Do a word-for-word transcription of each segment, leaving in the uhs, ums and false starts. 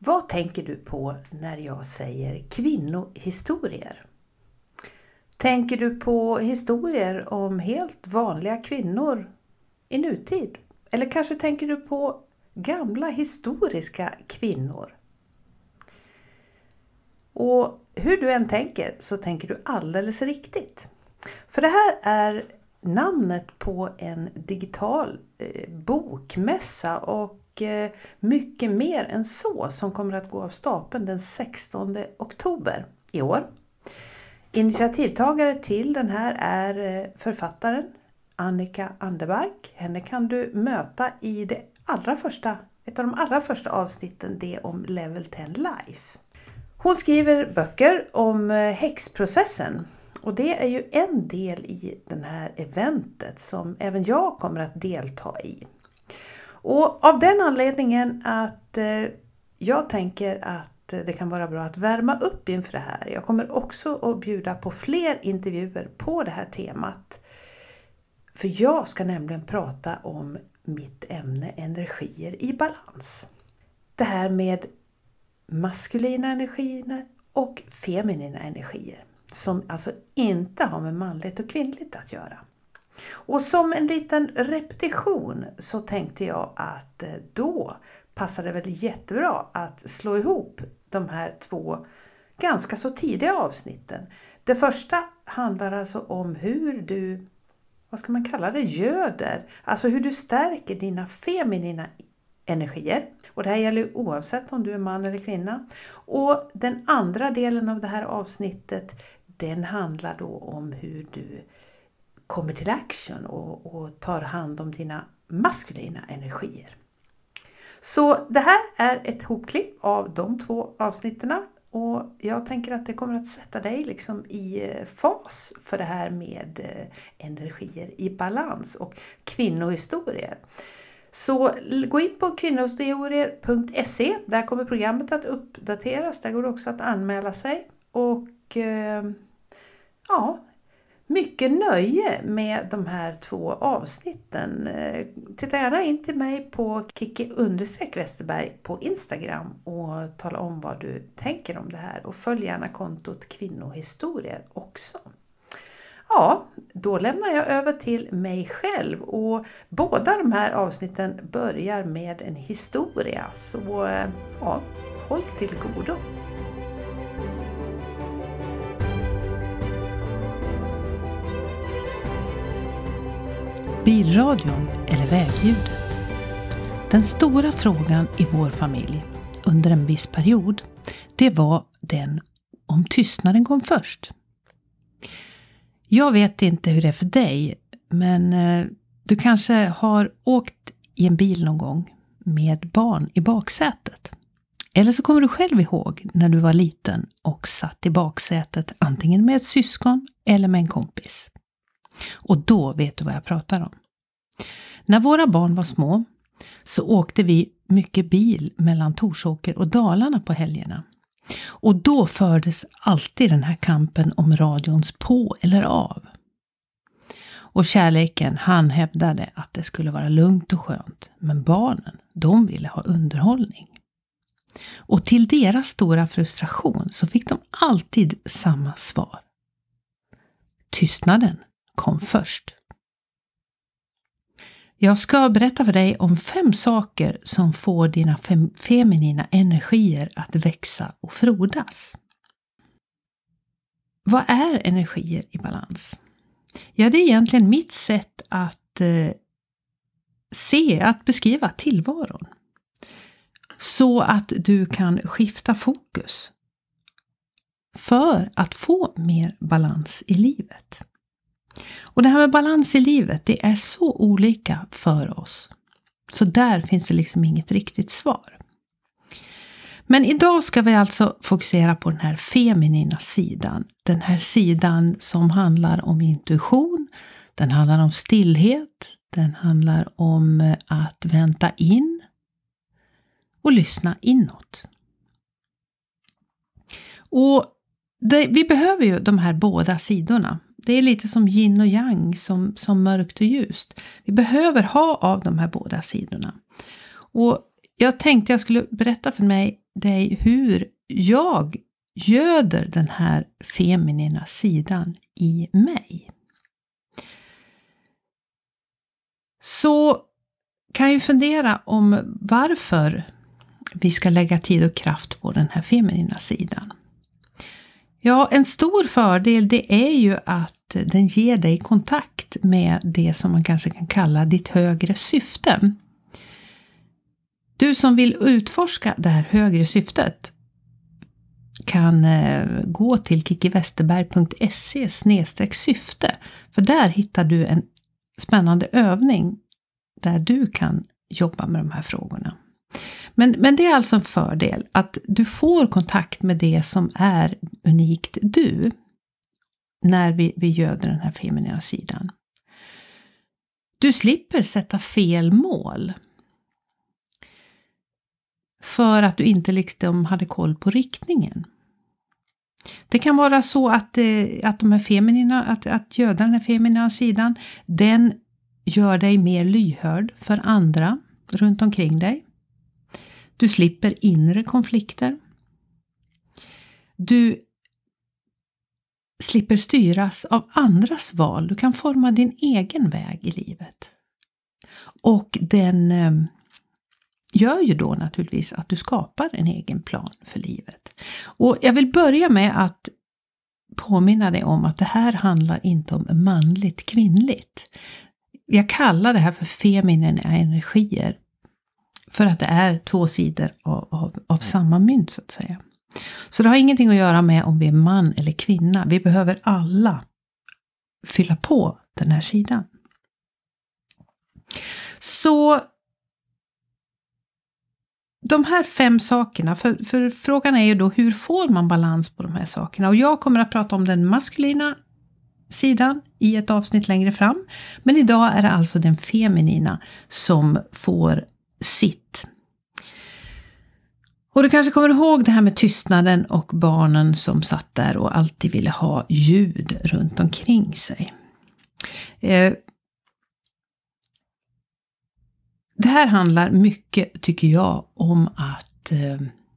Vad tänker du på när jag säger kvinnohistorier? Tänker du på historier om helt vanliga kvinnor i nutid? Eller kanske tänker du på gamla historiska kvinnor? Och hur du än tänker så tänker du alldeles riktigt. För det här är namnet på en digital eh, bokmässa och eh, mycket mer än så som kommer att gå av stapeln den sextonde oktober i år. Initiativtagare till den här är eh, författaren Annika Anderbark. Henne kan du möta i det allra första, ett av de allra första avsnitten, det om Level tio Life. Hon skriver böcker om eh, häxprocessen. Och det är ju en del i den här eventet som även jag kommer att delta i. Och av den anledningen att eh, jag tänker att det kan vara bra att värma upp inför det här. Jag kommer också att bjuda på fler intervjuer på det här temat. För jag ska nämligen prata om mitt ämne energier i balans. Det här med maskulina energier och feminina energier. Som alltså inte har med manligt och kvinnligt att göra. Och som en liten repetition så tänkte jag att då passar det väl jättebra att slå ihop de här två ganska så tidiga avsnitten. Det första handlar alltså om hur du, vad ska man kalla det, göder. Alltså hur du stärker dina feminina energier. Och det här gäller oavsett om du är man eller kvinna. Och den andra delen av det här avsnittet, den handlar då om hur du kommer till action och, och tar hand om dina maskulina energier. Så det här är ett hopklipp av de två avsnitten. Och jag tänker att det kommer att sätta dig liksom i fas för det här med energier i balans och kvinnohistorier. Så gå in på kvinnohistorier punkt se. Där kommer programmet att uppdateras. Där går det också att anmäla sig. Och eh, ja, mycket nöje med de här två avsnitten. Titta gärna in till mig på Kiki understreck Westerberg på Instagram och tala om vad du tänker om det här. Och följ gärna kontot kvinnohistorier också. Ja, då lämnar jag över till mig själv och båda de här avsnitten börjar med en historia. Så ja, håll till godo. Bilradion eller vägljudet. Den stora frågan i vår familj under en viss period, det var den om tystnaden kom först. Jag vet inte hur det är för dig, men eh, du kanske har åkt i en bil någon gång med barn i baksätet. Eller så kommer du själv ihåg när du var liten och satt i baksätet antingen med ett syskon eller med en kompis. Och då vet du vad jag pratar om. När våra barn var små så åkte vi mycket bil mellan Torsåker och Dalarna på helgerna. Och då fördes alltid den här kampen om radions på eller av. Och kärleken, han hävdade att det skulle vara lugnt och skönt. Men barnen, de ville ha underhållning. Och till deras stora frustration så fick de alltid samma svar. Tystnaden kom först. Jag ska berätta för dig om fem saker som får dina fem feminina energier att växa och frodas. Vad är energier i balans? Ja, det är egentligen mitt sätt att eh, se, att beskriva tillvaron. Så att du kan skifta fokus för att få mer balans i livet. Och det här med balans i livet, det är så olika för oss. Så där finns det liksom inget riktigt svar. Men idag ska vi alltså fokusera på den här feminina sidan. Den här sidan som handlar om intuition, den handlar om stillhet, den handlar om att vänta in och lyssna inåt. Och det, vi behöver ju de här båda sidorna. Det är lite som yin och yang, som, som mörkt och ljust. Vi behöver ha av de här båda sidorna. Och jag tänkte jag skulle berätta för mig dig hur jag göder den här feminina sidan i mig. Så kan jag fundera om varför vi ska lägga tid och kraft på den här feminina sidan. Ja, en stor fördel det är ju att den ger dig kontakt med det som man kanske kan kalla ditt högre syfte. Du som vill utforska det här högre syftet kan gå till kickiwesterberg punkt se snedstreck syfte. För där hittar du en spännande övning där du kan jobba med de här frågorna. Men, men det är alltså en fördel att du får kontakt med det som är unikt du när vi, vi göder den här feminina sidan. Du slipper sätta fel mål för att du inte liksom hade koll på riktningen. Det kan vara så att, att, de här feminina, att, att göda den här feminina sidan, den gör dig mer lyhörd för andra runt omkring dig. Du slipper inre konflikter. Du slipper styras av andras val. Du kan forma din egen väg i livet. Och den eh, gör ju då naturligtvis att du skapar en egen plan för livet. Och jag vill börja med att påminna dig om att det här handlar inte om manligt kvinnligt. Jag kallar det här för feminina energier. För att det är två sidor av, av, av samma mynt så att säga. Så det har ingenting att göra med om vi är man eller kvinna. Vi behöver alla fylla på den här sidan. Så de här fem sakerna, för, för frågan är ju då hur får man balans på de här sakerna. Och jag kommer att prata om den maskulina sidan i ett avsnitt längre fram. Men idag är det alltså den feminina som får sitt. Och du kanske kommer ihåg det här med tystnaden och barnen som satt där och alltid ville ha ljud runt omkring sig. Eh, det här handlar mycket, tycker jag, om att eh,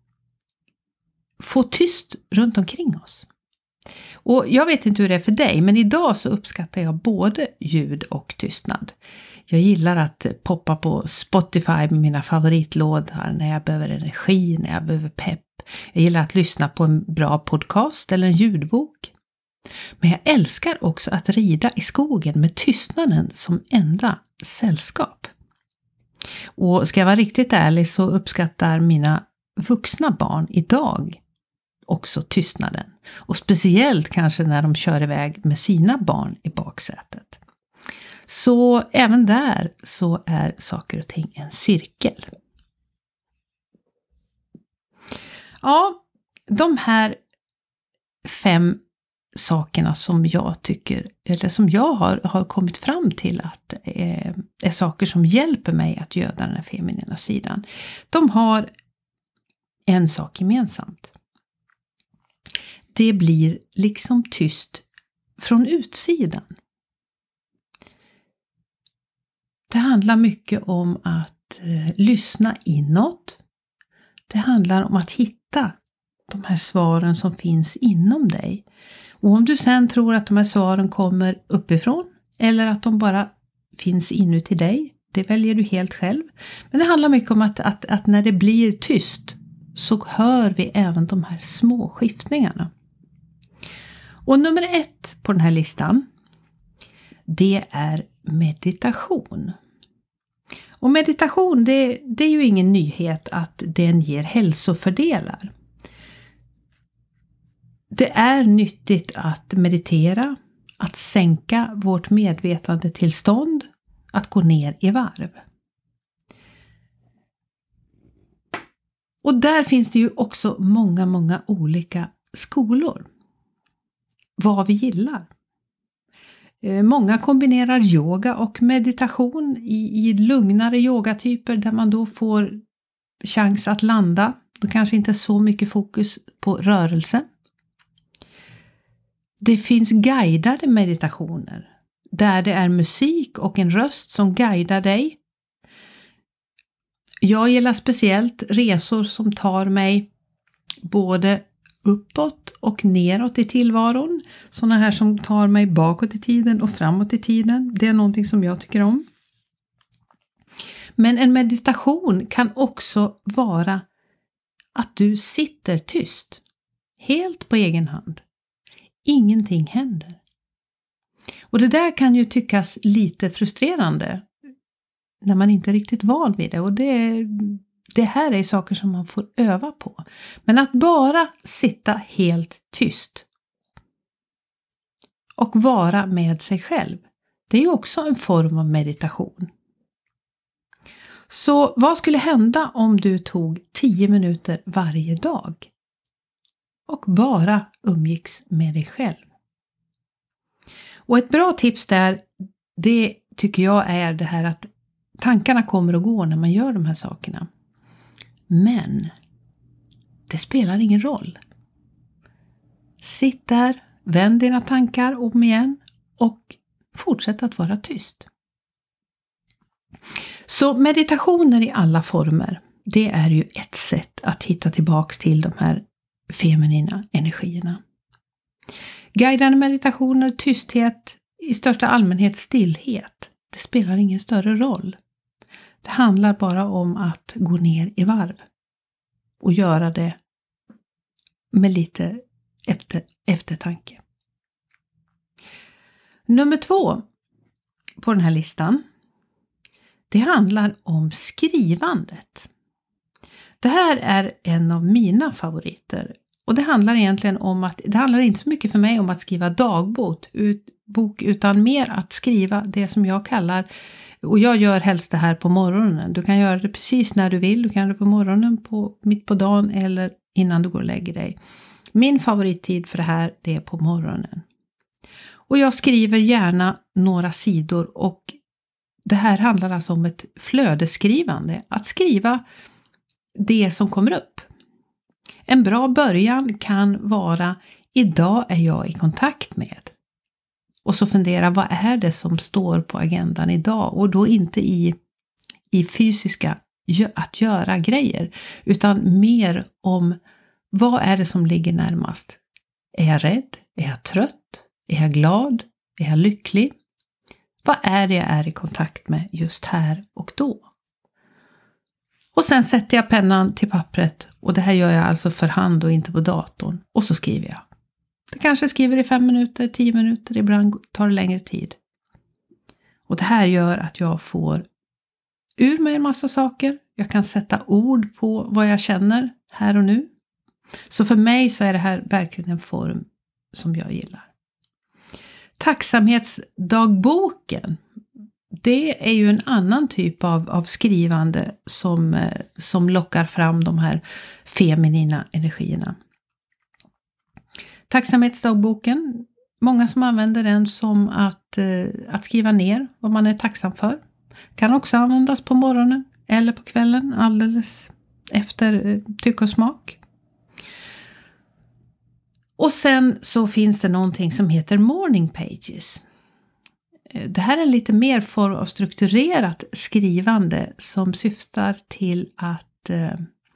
få tyst runt omkring oss. Och jag vet inte hur det är för dig, men idag så uppskattar jag både ljud och tystnad. Jag gillar att poppa på Spotify med mina favoritlådor när jag behöver energi, när jag behöver pepp. Jag gillar att lyssna på en bra podcast eller en ljudbok. Men jag älskar också att rida i skogen med tystnaden som enda sällskap. Och ska jag vara riktigt ärlig så uppskattar mina vuxna barn idag också tystnaden. Och speciellt kanske när de kör iväg med sina barn i baksätet. Så även där så är saker och ting en cirkel. Ja, de här fem sakerna som jag tycker, eller som jag har, har kommit fram till att eh, är saker som hjälper mig att göda den här feminina sidan. De har en sak gemensamt. Det blir liksom tyst från utsidan. Det handlar mycket om att eh, lyssna inåt. Det handlar om att hitta de här svaren som finns inom dig. Och om du sen tror att de här svaren kommer uppifrån eller att de bara finns inuti dig, det väljer du helt själv. Men det handlar mycket om att, att, att när det blir tyst så hör vi även de här små skiftningarna. Och nummer ett på den här listan, det är meditation. Och meditation, det, det är ju ingen nyhet att den ger hälsofördelar. Det är nyttigt att meditera, att sänka vårt medvetandetillstånd, att gå ner i varv. Och där finns det ju också många, många olika skolor. Vad vi gillar. Många kombinerar yoga och meditation i, i lugnare yogatyper där man då får chans att landa. Då kanske inte så mycket fokus på rörelse. Det finns guidade meditationer där det är musik och en röst som guidar dig. Jag gillar speciellt resor som tar mig både uppåt och neråt i tillvaron. Sådana här som tar mig bakåt i tiden och framåt i tiden. Det är någonting som jag tycker om. Men en meditation kan också vara att du sitter tyst. Helt på egen hand. Ingenting händer. Och det där kan ju tyckas lite frustrerande. När man inte är riktigt van vid det. Och det, det här är saker som man får öva på. Men att bara sitta helt tyst. Och vara med sig själv. Det är ju också en form av meditation. Så vad skulle hända om du tog tio minuter varje dag? Och bara umgicks med dig själv. Och ett bra tips där, det tycker jag är det här att tankarna kommer och går när man gör de här sakerna. Men det spelar ingen roll. Sitt där, vänd dina tankar om igen och fortsätt att vara tyst. Så meditationer i alla former, det är ju ett sätt att hitta tillbaks till de här feminina energierna. Guidande meditationer, tysthet, i största allmänhet stillhet, det spelar ingen större roll. Det handlar bara om att gå ner i varv och göra det med lite efter, eftertanke. Nummer två på den här listan, det handlar om skrivandet. Det här är en av mina favoriter. Och det handlar egentligen om att, det handlar inte så mycket för mig om att skriva dagbok, ut, bok, utan mer att skriva det som jag kallar, och jag gör helst det här på morgonen. Du kan göra det precis när du vill, du kan göra det på morgonen, på, mitt på dagen eller innan du går och lägger dig. Min favorittid för det här, det är på morgonen. Och jag skriver gärna några sidor och det här handlar alltså om ett flödesskrivande. Att skriva det som kommer upp. En bra början kan vara, idag är jag i kontakt med. Och så fundera, vad är det som står på agendan idag? Och då inte i, i fysiska att göra grejer. Utan mer om, vad är det som ligger närmast? Är jag rädd? Är jag trött? Är jag glad? Är jag lycklig? Vad är det jag är i kontakt med just här och då? Och sen sätter jag pennan till pappret. Och det här gör jag alltså för hand och inte på datorn. Och så skriver jag. Det kanske skriver i fem minuter, tio minuter. Ibland tar det längre tid. Och det här gör att jag får ur mig en massa saker. Jag kan sätta ord på vad jag känner här och nu. Så för mig så är det här verkligen en form som jag gillar. Tacksamhetsdagboken, det är ju en annan typ av, av skrivande som, som lockar fram de här feminina energierna. Tacksamhetsdagboken, många som använder den som att, att skriva ner vad man är tacksam för. Kan också användas på morgonen eller på kvällen, alldeles efter tycke och smak. Och sen så finns det någonting som heter morning pages. Det här är lite mer form av strukturerat skrivande som syftar till att eh,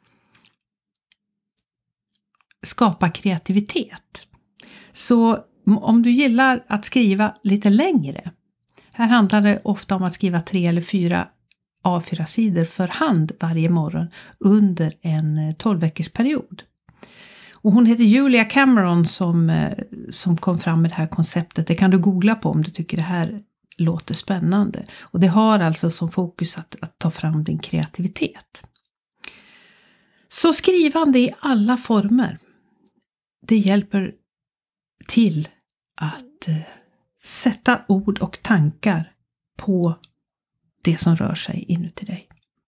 skapa kreativitet. Så om du gillar att skriva lite längre. Här handlar det ofta om att skriva tre eller fyra A fyra sidor för hand varje morgon under en tolv veckors period. Och hon heter Julia Cameron som, som kom fram med det här konceptet. Det kan du googla på om du tycker det här låter spännande. Och det har alltså som fokus att, att ta fram din kreativitet. Så skrivande i alla former. Det hjälper till att eh, sätta ord och tankar på det som rör sig inuti dig.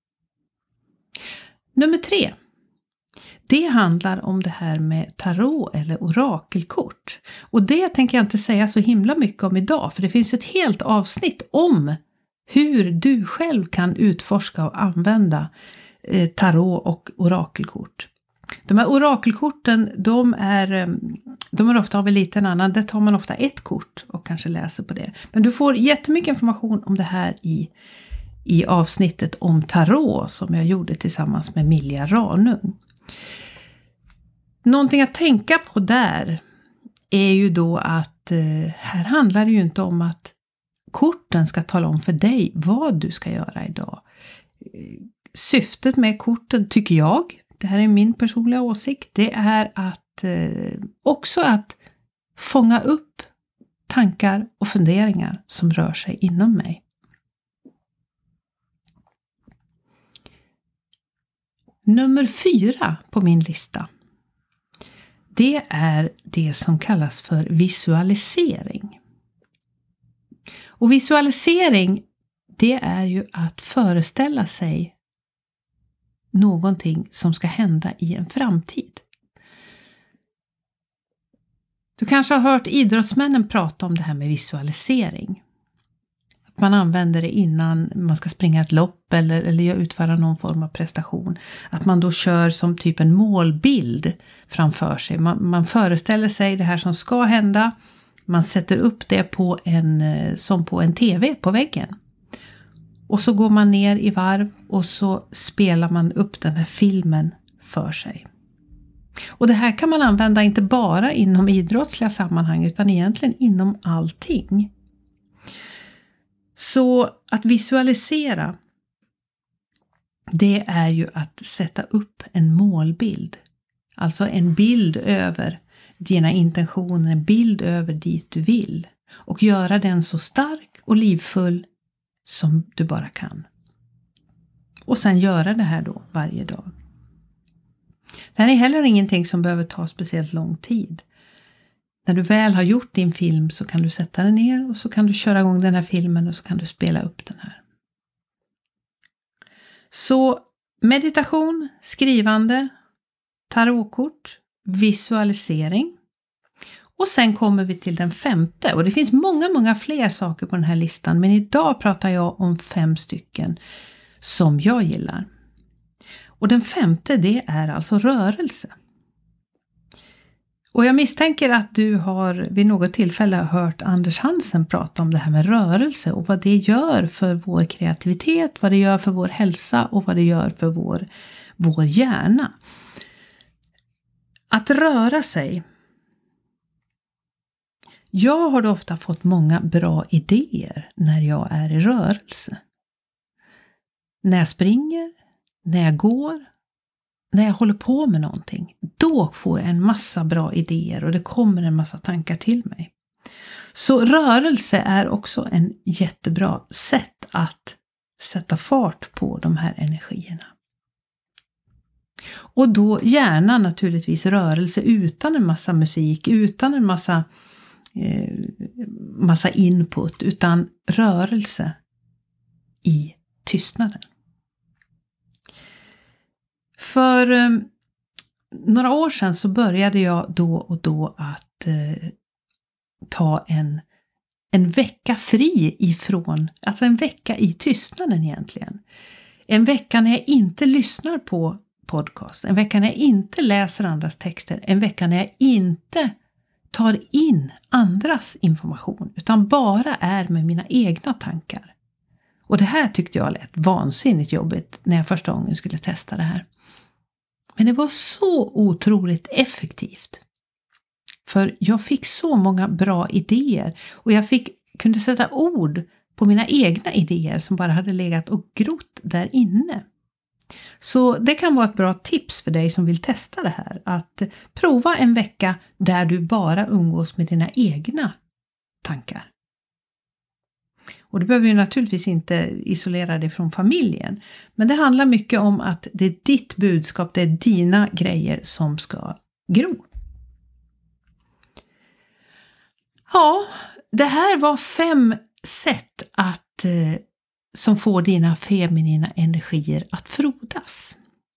Nummer tre. Det handlar om det här med tarot eller orakelkort. Och det tänker jag inte säga så himla mycket om idag. För det finns ett helt avsnitt om hur du själv kan utforska och använda eh, tarot och orakelkort. De här orakelkorten, de är, de är ofta av en liten annan. Där tar man ofta ett kort och kanske läser på det. Men du får jättemycket information om det här i i avsnittet om tarot som jag gjorde tillsammans med Milja Ranung. Någonting att tänka på där är ju då att eh, här handlar det ju inte om att korten ska tala om för dig vad du ska göra idag. Syftet med korten, tycker jag, det här är min personliga åsikt, det är att eh, också att fånga upp tankar och funderingar som rör sig inom mig. Nummer fyra på min lista, det är det som kallas för visualisering. Och visualisering, det är ju att föreställa sig någonting som ska hända i en framtid. Du kanske har hört idrottsmännen prata om det här med visualisering. Man använder det innan man ska springa ett lopp eller, eller utföra någon form av prestation. Att man då kör som typ en målbild framför sig. Man, man föreställer sig det här som ska hända. Man sätter upp det på en, som på en tv på väggen. Och så går man ner i varv och så spelar man upp den här filmen för sig. Och det här kan man använda inte bara inom idrottsliga sammanhang utan egentligen inom allting. Så att visualisera, det är ju att sätta upp en målbild. Alltså en bild över dina intentioner, en bild över dit du vill. Och göra den så stark och livfull som du bara kan. Och sen göra det här då varje dag. Det här är heller ingenting som behöver ta speciellt lång tid. När du väl har gjort din film så kan du sätta den ner och så kan du köra igång den här filmen och så kan du spela upp den här. Så meditation, skrivande, tarotkort, visualisering. Och sen kommer vi till den femte. Och det finns många, många fler saker på den här listan. Men idag pratar jag om fem stycken som jag gillar. Och den femte, det är alltså rörelse. Och jag misstänker att du har vid något tillfälle hört Anders Hansen prata om det här med rörelse. Och vad det gör för vår kreativitet, vad det gör för vår hälsa och vad det gör för vår, vår hjärna. Att röra sig. Jag har ofta fått många bra idéer när jag är i rörelse. När jag springer, när jag går, när jag håller på med någonting. Då får jag en massa bra idéer och det kommer en massa tankar till mig. Så rörelse är också en jättebra sätt att sätta fart på de här energierna. Och då gärna naturligtvis rörelse utan en massa musik, utan en massa Eh, massa input, utan rörelse i tystnaden. För eh, några år sedan så började jag då och då att eh, ta en, en vecka fri ifrån, alltså en vecka i tystnaden egentligen. En vecka när jag inte lyssnar på podcast, en vecka när jag inte läser andras texter, en vecka när jag inte tar in andras information utan bara är med mina egna tankar. Och det här tyckte jag lät vansinnigt jobbigt när jag första gången skulle testa det här. Men det var så otroligt effektivt. För jag fick så många bra idéer och jag fick, kunde sätta ord på mina egna idéer som bara hade legat och grott där inne. Så det kan vara ett bra tips för dig som vill testa det här. Att prova en vecka där du bara umgås med dina egna tankar. Och du behöver ju naturligtvis inte isolera dig från familjen. Men det handlar mycket om att det är ditt budskap, det är dina grejer som ska gro. Ja, det här var fem sätt att eh, som får dina feminina energier att frodas.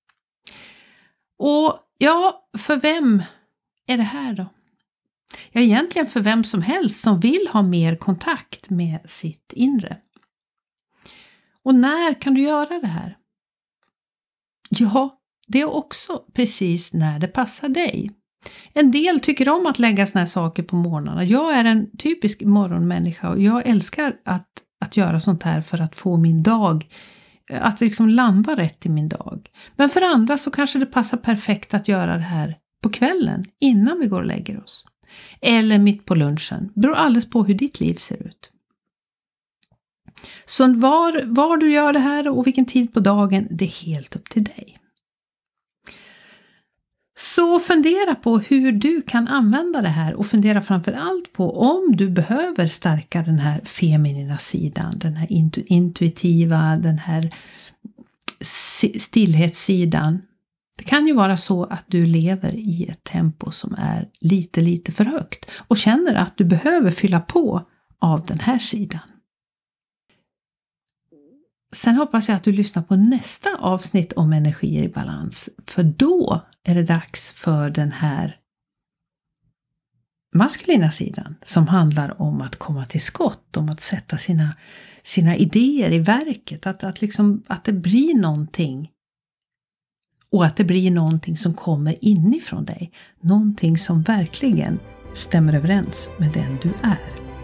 Och ja, för vem är det här då? Ja, egentligen för vem som helst som vill ha mer kontakt med sitt inre. Och när kan du göra det här? Ja, det är också precis när det passar dig. En del tycker om att lägga såna här saker på morgnarna. Jag är en typisk morgonmänniska och jag älskar att att göra sånt här för att få min dag, att liksom landa rätt i min dag. Men för andra så kanske det passar perfekt att göra det här på kvällen innan vi går och lägger oss. Eller mitt på lunchen. Det beror alldeles på hur ditt liv ser ut. Så var, var du gör det här och vilken tid på dagen, det är helt upp till dig. Så fundera på hur du kan använda det här och fundera framför allt på om du behöver stärka den här feminina sidan, den här intu- intuitiva, den här stillhetssidan. Det kan ju vara så att du lever i ett tempo som är lite lite för högt och känner att du behöver fylla på av den här sidan. Sen hoppas jag att du lyssnar på nästa avsnitt om energier i balans. För då är det dags för den här maskulina sidan som handlar om att komma till skott. Om att sätta sina, sina idéer i verket. Att, att, liksom, att det blir någonting. Och att det blir någonting som kommer inifrån dig. Någonting som verkligen stämmer överens med den du är.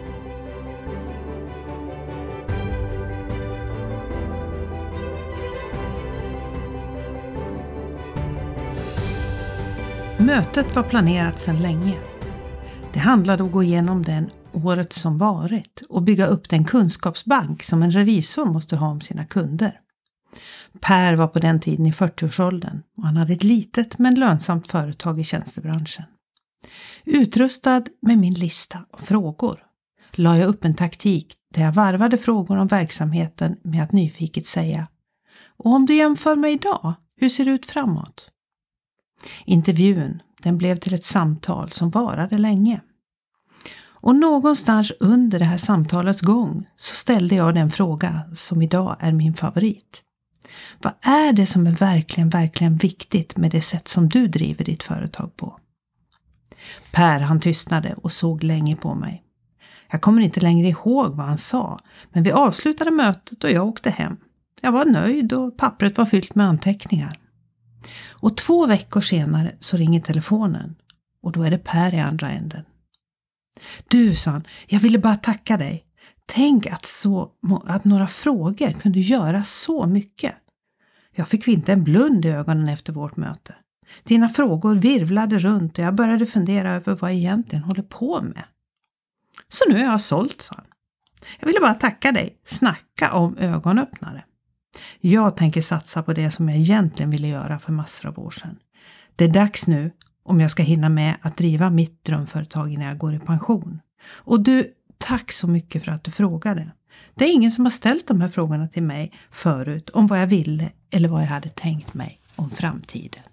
Mötet var planerat sedan länge. Det handlade om att gå igenom den året som varit och bygga upp den kunskapsbank som en revisor måste ha om sina kunder. Per var på den tiden i fyrtioårsåldern och han hade ett litet men lönsamt företag i tjänstebranschen. Utrustad med min lista av frågor la jag upp en taktik där jag varvade frågor om verksamheten med att nyfiket säga: och om du jämför med idag, hur ser det ut framåt? Intervjun, den blev till ett samtal som varade länge. Och någonstans under det här samtalets gång så ställde jag den fråga som idag är min favorit. Vad är det som är verkligen, verkligen viktigt med det sätt som du driver ditt företag på? Per, han tystnade och såg länge på mig. Jag kommer inte längre ihåg vad han sa, men vi avslutade mötet och jag åkte hem. Jag var nöjd och pappret var fyllt med anteckningar. Och två veckor senare så ringer telefonen och då är det Per i andra änden. Du, sa han, jag ville bara tacka dig. Tänk att, så, att några frågor kunde göra så mycket. Jag fick inte en blund i ögonen efter vårt möte. Dina frågor virvlade runt och jag började fundera över vad jag egentligen håller på med. Så nu är jag sålt, sa han. Jag ville bara tacka dig. Snacka om ögonöppnare. Jag tänker satsa på det som jag egentligen ville göra för massor av år sedan. Det är dags nu om jag ska hinna med att driva mitt drömföretag när jag går i pension. Och du, tack så mycket för att du frågade. Det är ingen som har ställt de här frågorna till mig förut om vad jag ville eller vad jag hade tänkt mig om framtiden.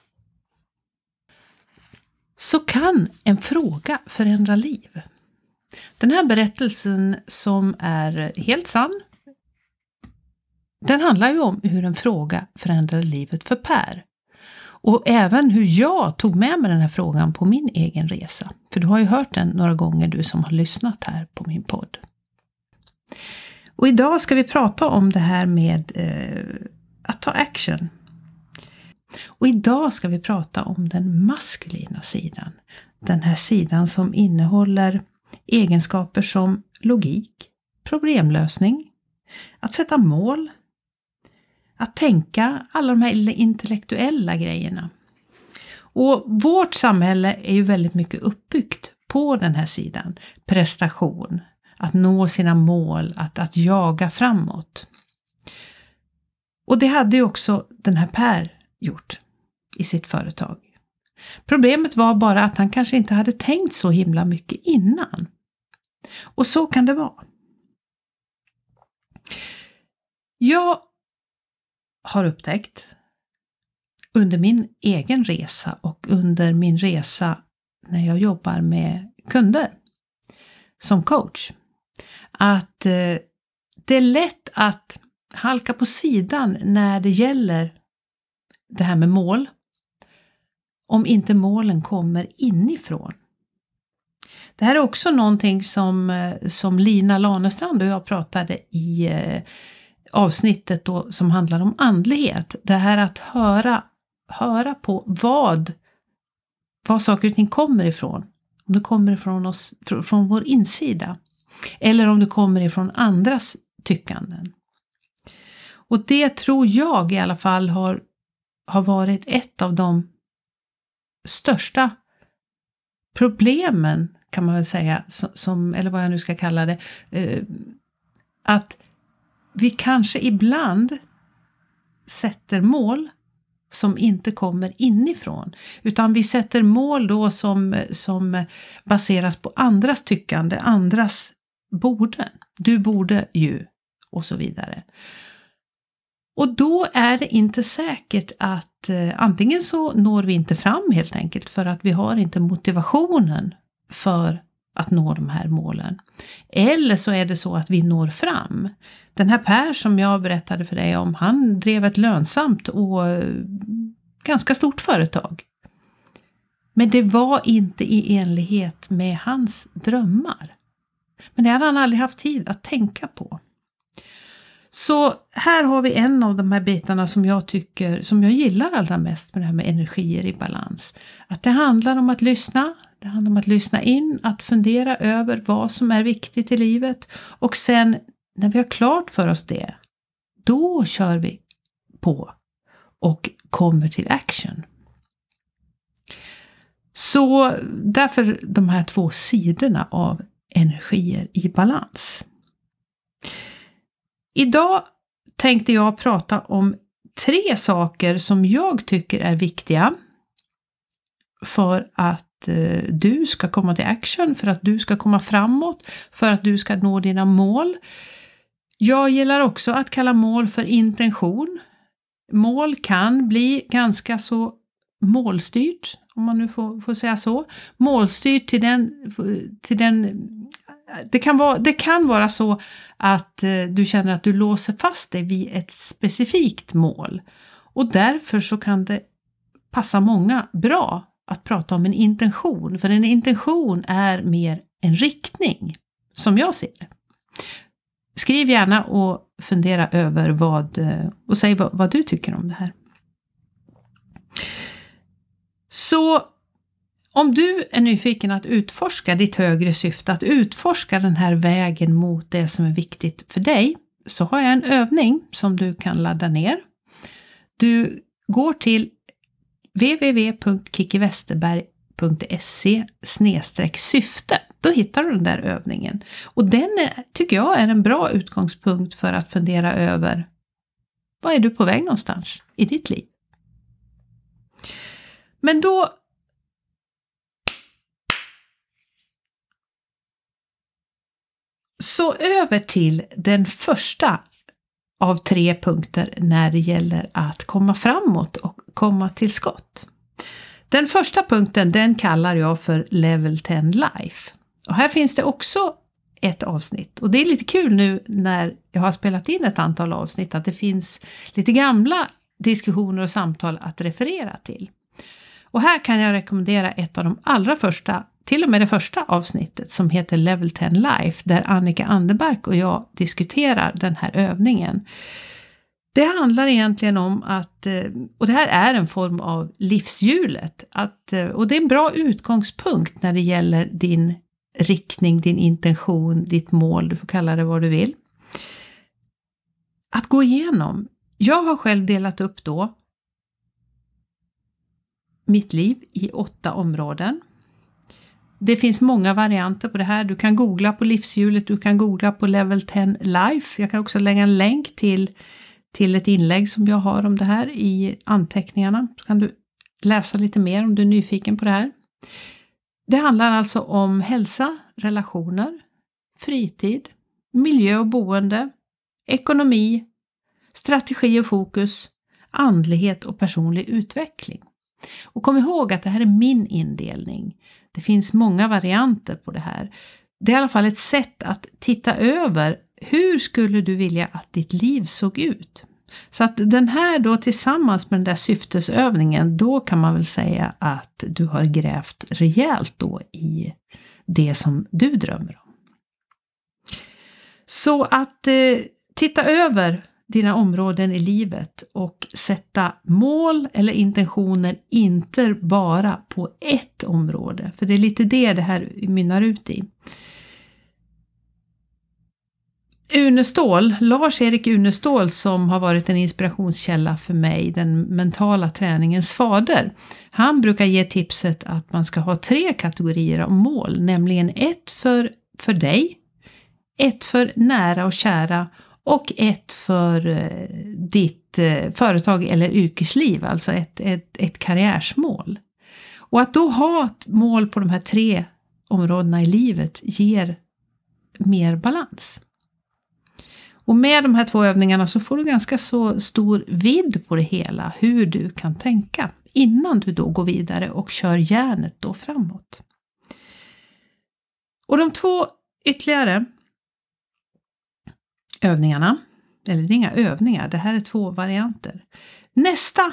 Så kan en fråga förändra liv. Den här berättelsen som är helt sann, den handlar ju om hur en fråga förändrade livet för Per. Och även hur jag tog med mig den här frågan på min egen resa. För du har ju hört den några gånger, du som har lyssnat här på min podd. Och idag ska vi prata om det här med eh, att ta action. Och idag ska vi prata om den maskulina sidan. Den här sidan som innehåller egenskaper som logik, problemlösning, att sätta mål, att tänka, alla de här intellektuella grejerna. Och vårt samhälle är ju väldigt mycket uppbyggt på den här sidan. Prestation, att nå sina mål, att, att jaga framåt. Och det hade ju också den här Per gjort i sitt företag. Problemet var bara att han kanske inte hade tänkt så himla mycket innan. Och så kan det vara. Jag har upptäckt under min egen resa och under min resa när jag jobbar med kunder som coach att eh, det är lätt att halka på sidan när det gäller det här med mål om inte målen kommer inifrån. Det här är också någonting som, som Lina Lanestrand och jag pratade i eh, avsnittet då, som handlar om andlighet. Det här att höra, höra på vad, vad saker och ting kommer ifrån. Om det kommer ifrån oss, från, från vår insida. Eller om det kommer ifrån andras tyckanden. Och det tror jag i alla fall har, har varit ett av de största problemen, kan man väl säga, som, eller vad jag nu ska kalla det, eh, att vi kanske ibland sätter mål som inte kommer inifrån, utan vi sätter mål då som, som baseras på andras tyckande, andras borde, du borde ju, och så vidare. Och då är det inte säkert att eh, antingen så når vi inte fram helt enkelt för att vi har inte motivationen för att nå de här målen. Eller så är det så att vi når fram. Den här Per som jag berättade för dig om, han drev ett lönsamt och ganska stort företag. Men det var inte i enlighet med hans drömmar. Men det hade han aldrig haft tid att tänka på. Så här har vi en av de här bitarna som jag tycker, som jag gillar allra mest med det här med energier i balans. Att det handlar om att lyssna, det handlar om att lyssna in, att fundera över vad som är viktigt i livet. Och sen när vi har klart för oss det, då kör vi på och kommer till action. Så därför de här två sidorna av energier i balans. Idag tänkte jag prata om tre saker som jag tycker är viktiga för att eh, du ska komma till action, för att du ska komma framåt, för att du ska nå dina mål. Jag gillar också att kalla mål för intention. Mål kan bli ganska så målstyrt, om man nu får, får säga så. Målstyrt till den, till den det, kan vara, det kan vara så att eh, du känner att du låser fast dig vid ett specifikt mål. Och därför så kan det passa många bra att prata om en intention. För en intention är mer en riktning, som jag ser det. Skriv gärna och fundera över vad, och säg vad, vad du tycker om det här. Så om du är nyfiken att utforska ditt högre syfte, att utforska den här vägen mot det som är viktigt för dig, så har jag en övning som du kan ladda ner. Du går till w w w punkt kicki westerberg punkt se slash syfte. Då hittar du den där övningen. Och den är, tycker jag är en bra utgångspunkt för att fundera över vad är du på väg någonstans i ditt liv. Men då så över till den första av tre punkter när det gäller att komma framåt och komma till skott. Den första punkten, den kallar jag för Level tio Life. Och här finns det också ett avsnitt. Och det är lite kul nu när jag har spelat in ett antal avsnitt att det finns lite gamla diskussioner och samtal att referera till. Och här kan jag rekommendera ett av de allra första, till och med det första avsnittet som heter Level tio Life, där Annika Anderberg och jag diskuterar den här övningen. Det handlar egentligen om att, och det här är en form av livshjulet, att, och det är en bra utgångspunkt när det gäller din riktning, din intention, ditt mål, du får kalla det vad du vill. Att gå igenom. Jag har själv delat upp då mitt liv i åtta områden. Det finns många varianter på det här. Du kan googla på livshjulet, du kan googla på Level tio Life. Jag kan också lägga en länk till, till ett inlägg som jag har om det här i anteckningarna. Så kan du läsa lite mer om du är nyfiken på det här. Det handlar alltså om hälsa, relationer, fritid, miljö och boende, ekonomi, strategi och fokus, andlighet och personlig utveckling. Och kom ihåg att det här är min indelning. Det finns många varianter på det här. Det är i alla fall ett sätt att titta över hur skulle du vilja att ditt liv såg ut. Så att den här då tillsammans med den där syftesövningen, då kan man väl säga att du har grävt rejält då i det som du drömmer om. Så att eh, titta över dina områden i livet och sätta mål eller intentioner inte bara på ett område. För det är lite det det här mynnar ut i. Unestål, Lars-Erik Unestål, som har varit en inspirationskälla för mig, den mentala träningens fader. Han brukar ge tipset att man ska ha tre kategorier av mål, nämligen ett för, för dig, ett för nära och kära och ett för eh, ditt eh, företag eller yrkesliv, alltså ett, ett, ett karriärsmål. Och att då ha ett mål på de här tre områdena i livet ger mer balans. Och med de här två övningarna så får du ganska så stor vidd på det hela, hur du kan tänka innan du då går vidare och kör hjärnet då framåt. Och de två ytterligare övningarna, eller det är inga övningar, det här är två varianter. Nästa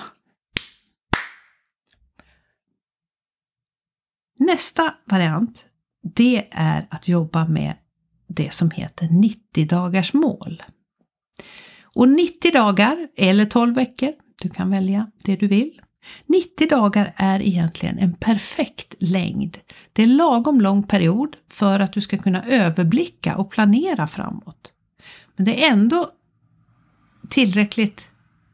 Nästa variant, det är att jobba med det som heter nittio dagars mål. Och nittio dagar eller tolv veckor, du kan välja det du vill. nittio dagar är egentligen en perfekt längd. Det är lagom lång period för att du ska kunna överblicka och planera framåt. Men det är ändå tillräckligt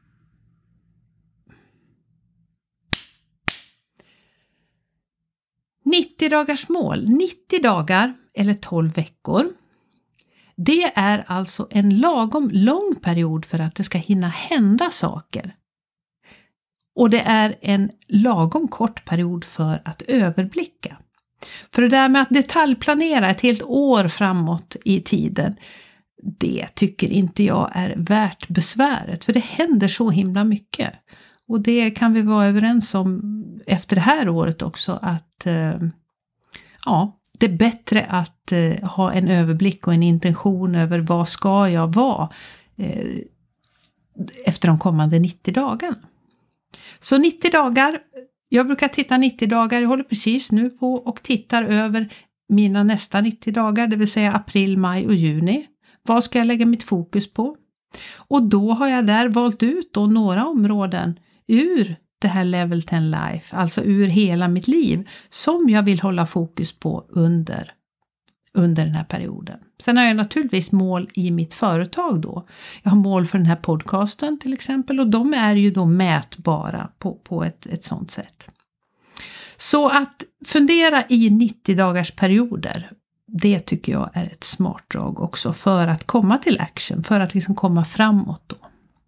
nittio dagars mål, nittio dagar eller tolv veckor. Det är alltså en lagom lång period för att det ska hinna hända saker. Och det är en lagom kort period för att överblicka. För det där med att detaljplanera ett helt år framåt i tiden, det tycker inte jag är värt besväret. För det händer så himla mycket. Och det kan vi vara överens om efter det här året också, att eh, ja, det är bättre att eh, ha en överblick och en intention över vad ska jag vara eh, efter de kommande nittio dagarna. Så nittio dagar, jag brukar titta nittio dagar, jag håller precis nu på och tittar över mina nästa nittio dagar, det vill säga april, maj och juni. Vad ska jag lägga mitt fokus på? Och då har jag där valt ut då några områden ur det här Level tio Life, alltså ur hela mitt liv, som jag vill hålla fokus på under, under den här perioden. Sen har jag naturligtvis mål i mitt företag då. Jag har mål för den här podcasten till exempel, och de är ju då mätbara på, på ett, ett sånt sätt. Så att fundera i nittio dagars perioder, det tycker jag är ett smart drag också för att komma till action, för att liksom komma framåt då.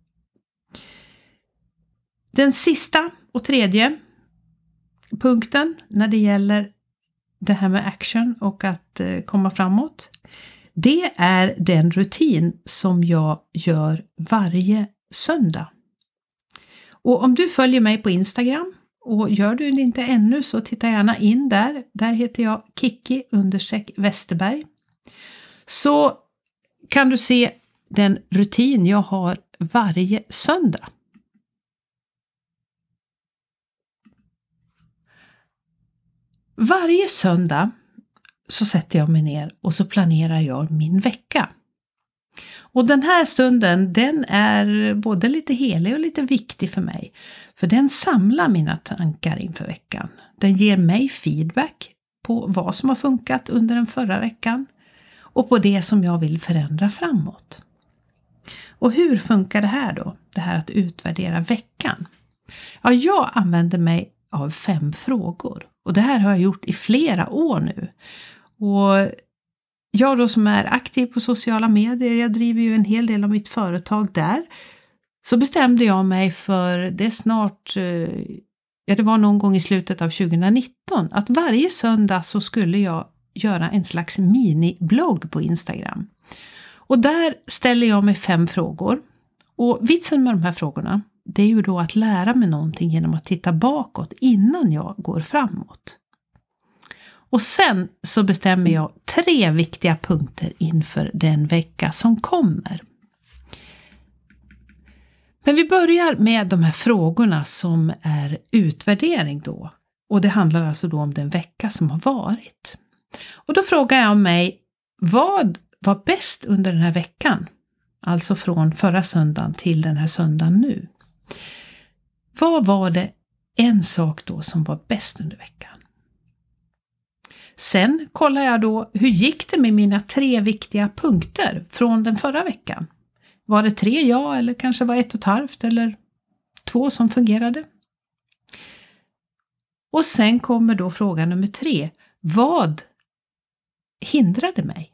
Den sista och tredje punkten när det gäller det här med action och att eh, komma framåt, det är den rutin som jag gör varje söndag. Och om du följer mig på Instagram, och gör du det inte ännu så titta gärna in där. Där heter jag Kiki understreck Westerberg. Så kan du se den rutin jag har varje söndag. Varje söndag så sätter jag mig ner och så planerar jag min vecka. Och den här stunden, den är både lite helig och lite viktig för mig. För den samlar mina tankar inför veckan. Den ger mig feedback på vad som har funkat under den förra veckan. Och på det som jag vill förändra framåt. Och hur funkar det här då? Det här att utvärdera veckan. Ja, jag använder mig av fem frågor. Och det här har jag gjort i flera år nu. Och jag då som är aktiv på sociala medier, jag driver ju en hel del av mitt företag där. Så bestämde jag mig för, det är snart, ja det var någon gång i slutet av tjugonitton, att varje söndag så skulle jag göra en slags mini-blogg på Instagram. Och där ställer jag mig fem frågor. Och vitsen med de här frågorna, det är ju då att lära mig någonting genom att titta bakåt innan jag går framåt. Och sen så bestämmer jag tre viktiga punkter inför den vecka som kommer. Men vi börjar med de här frågorna som är utvärdering då. Och det handlar alltså då om den vecka som har varit. Och då frågar jag mig, vad var bäst under den här veckan? Alltså från förra söndagen till den här söndagen nu. Vad var det en sak då som var bäst under veckan? Sen kollar jag då, hur gick det med mina tre viktiga punkter från den förra veckan? Var det tre ja eller kanske var ett och ett halvt eller två som fungerade? Och sen kommer då fråga nummer tre. Vad hindrade mig?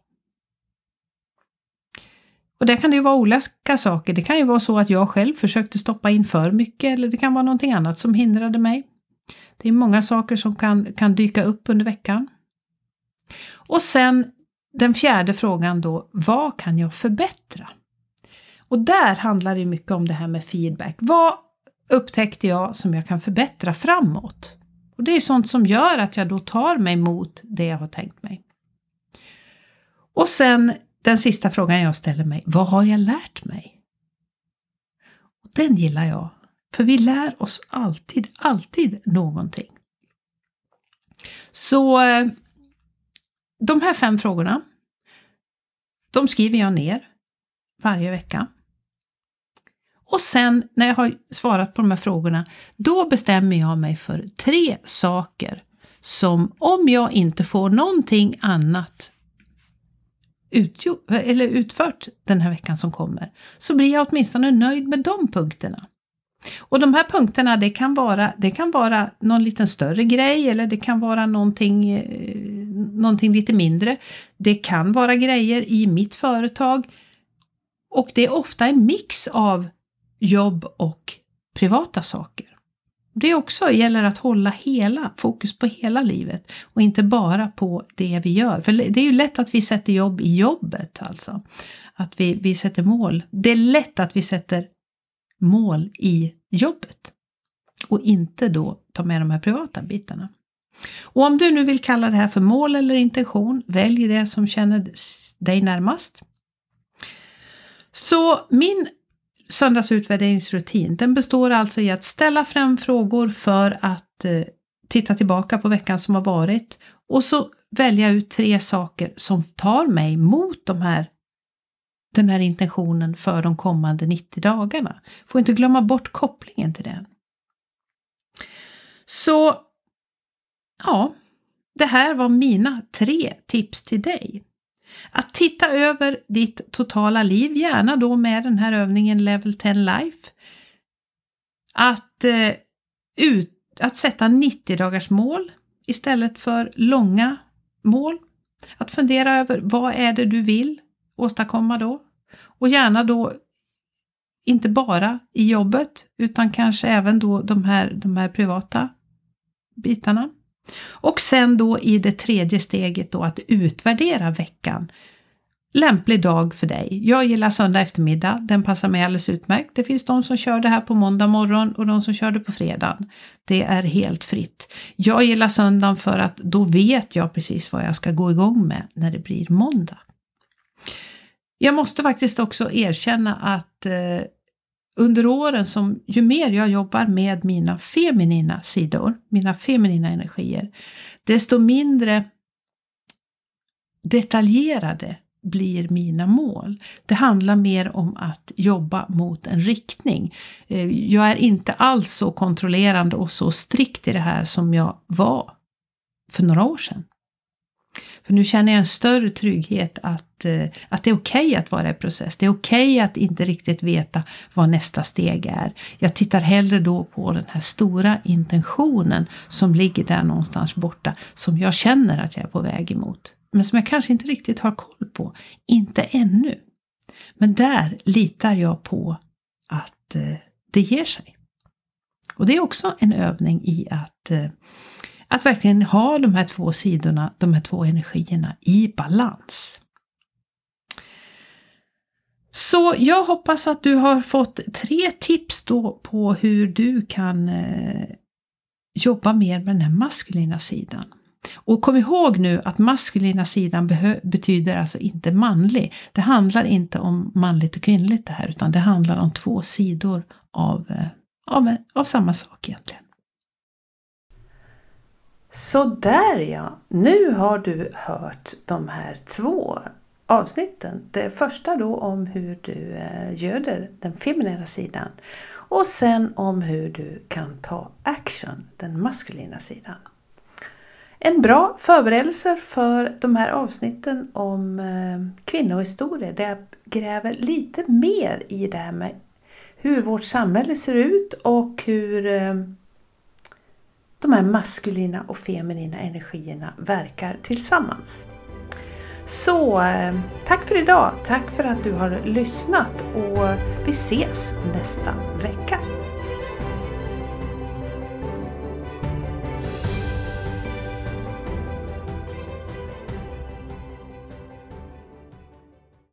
Och det kan ju vara olika saker. Det kan ju vara så att jag själv försökte stoppa in för mycket, eller det kan vara någonting annat som hindrade mig. Det är många saker som kan, kan dyka upp under veckan. Och sen den fjärde frågan då, vad kan jag förbättra? Och där handlar det mycket om det här med feedback. Vad upptäckte jag som jag kan förbättra framåt? Och det är sånt som gör att jag då tar mig mot det jag har tänkt mig. Och sen den sista frågan jag ställer mig, vad har jag lärt mig? Och den gillar jag, för vi lär oss alltid, alltid någonting. Så de här fem frågorna, de skriver jag ner varje vecka. Och sen när jag har svarat på de här frågorna, då bestämmer jag mig för tre saker som, om jag inte får någonting annat utgjort, eller utfört den här veckan som kommer, så blir jag åtminstone nöjd med de punkterna. Och de här punkterna, det kan vara, det kan vara någon liten större grej, eller det kan vara någonting, någonting lite mindre. Det kan vara grejer i mitt företag, och det är ofta en mix av jobb och privata saker. Det också gäller att hålla hela fokus på hela livet och inte bara på det vi gör. För det är ju lätt att vi sätter jobb i jobbet, alltså. Att vi, vi sätter mål. Det är lätt att vi sätter mål i jobbet och inte då ta med de här privata bitarna. Och om du nu vill kalla det här för mål eller intention, välj det som känner dig närmast. Så min söndagsutvärderingsrutin, den består alltså i att ställa fram frågor för att eh, titta tillbaka på veckan som har varit, och så välja ut tre saker som tar mig mot de här, den här intentionen för de kommande nittio dagarna. Får inte glömma bort kopplingen till den. Så ja, det här var mina tre tips till dig. Att titta över ditt totala liv, gärna då med den här övningen Level tio Life. Att, eh, ut, att sätta nittio dagars mål istället för långa mål. Att fundera över vad är det du vill åstadkomma då. Och gärna då inte bara i jobbet, utan kanske även då de här, de här privata bitarna. Och sen då i det tredje steget då att utvärdera veckan. Lämplig dag för dig. Jag gillar söndag eftermiddag. Den passar mig alldeles utmärkt. Det finns de som kör det här på måndag morgon och de som kör det på fredag. Det är helt fritt. Jag gillar söndagen för att då vet jag precis vad jag ska gå igång med när det blir måndag. Jag måste faktiskt också erkänna att eh, under åren som ju mer jag jobbar med mina feminina sidor, mina feminina energier, desto mindre detaljerade blir mina mål. Det handlar mer om att jobba mot en riktning. Jag är inte alls så kontrollerande och så strikt i det här som jag var för några år sedan. För nu känner jag en större trygghet att, att det är okej att vara i process. Det är okej att inte riktigt veta vad nästa steg är. Jag tittar hellre då på den här stora intentionen som ligger där någonstans borta. Som jag känner att jag är på väg emot. Men som jag kanske inte riktigt har koll på. Inte ännu. Men där litar jag på att det ger sig. Och det är också en övning i att... Att verkligen ha de här två sidorna, de här två energierna i balans. Så jag hoppas att du har fått tre tips då på hur du kan eh, jobba mer med den här maskulina sidan. Och kom ihåg nu att maskulina sidan behö- betyder alltså inte manlig. Det handlar inte om manligt och kvinnligt det här, utan det handlar om två sidor av, eh, av, av samma sak egentligen. Så där ja, nu har du hört de här två avsnitten. Det första då om hur du göder den feminina sidan. Och sen om hur du kan ta action, den maskulina sidan. en bra förberedelse för de här avsnitten om eh, kvinnohistoria. Där jag gräver lite mer i det här med hur vårt samhälle ser ut och hur eh, de här maskulina och feminina energierna verkar tillsammans. Så eh, tack för idag. Tack för att du har lyssnat och vi ses nästa vecka.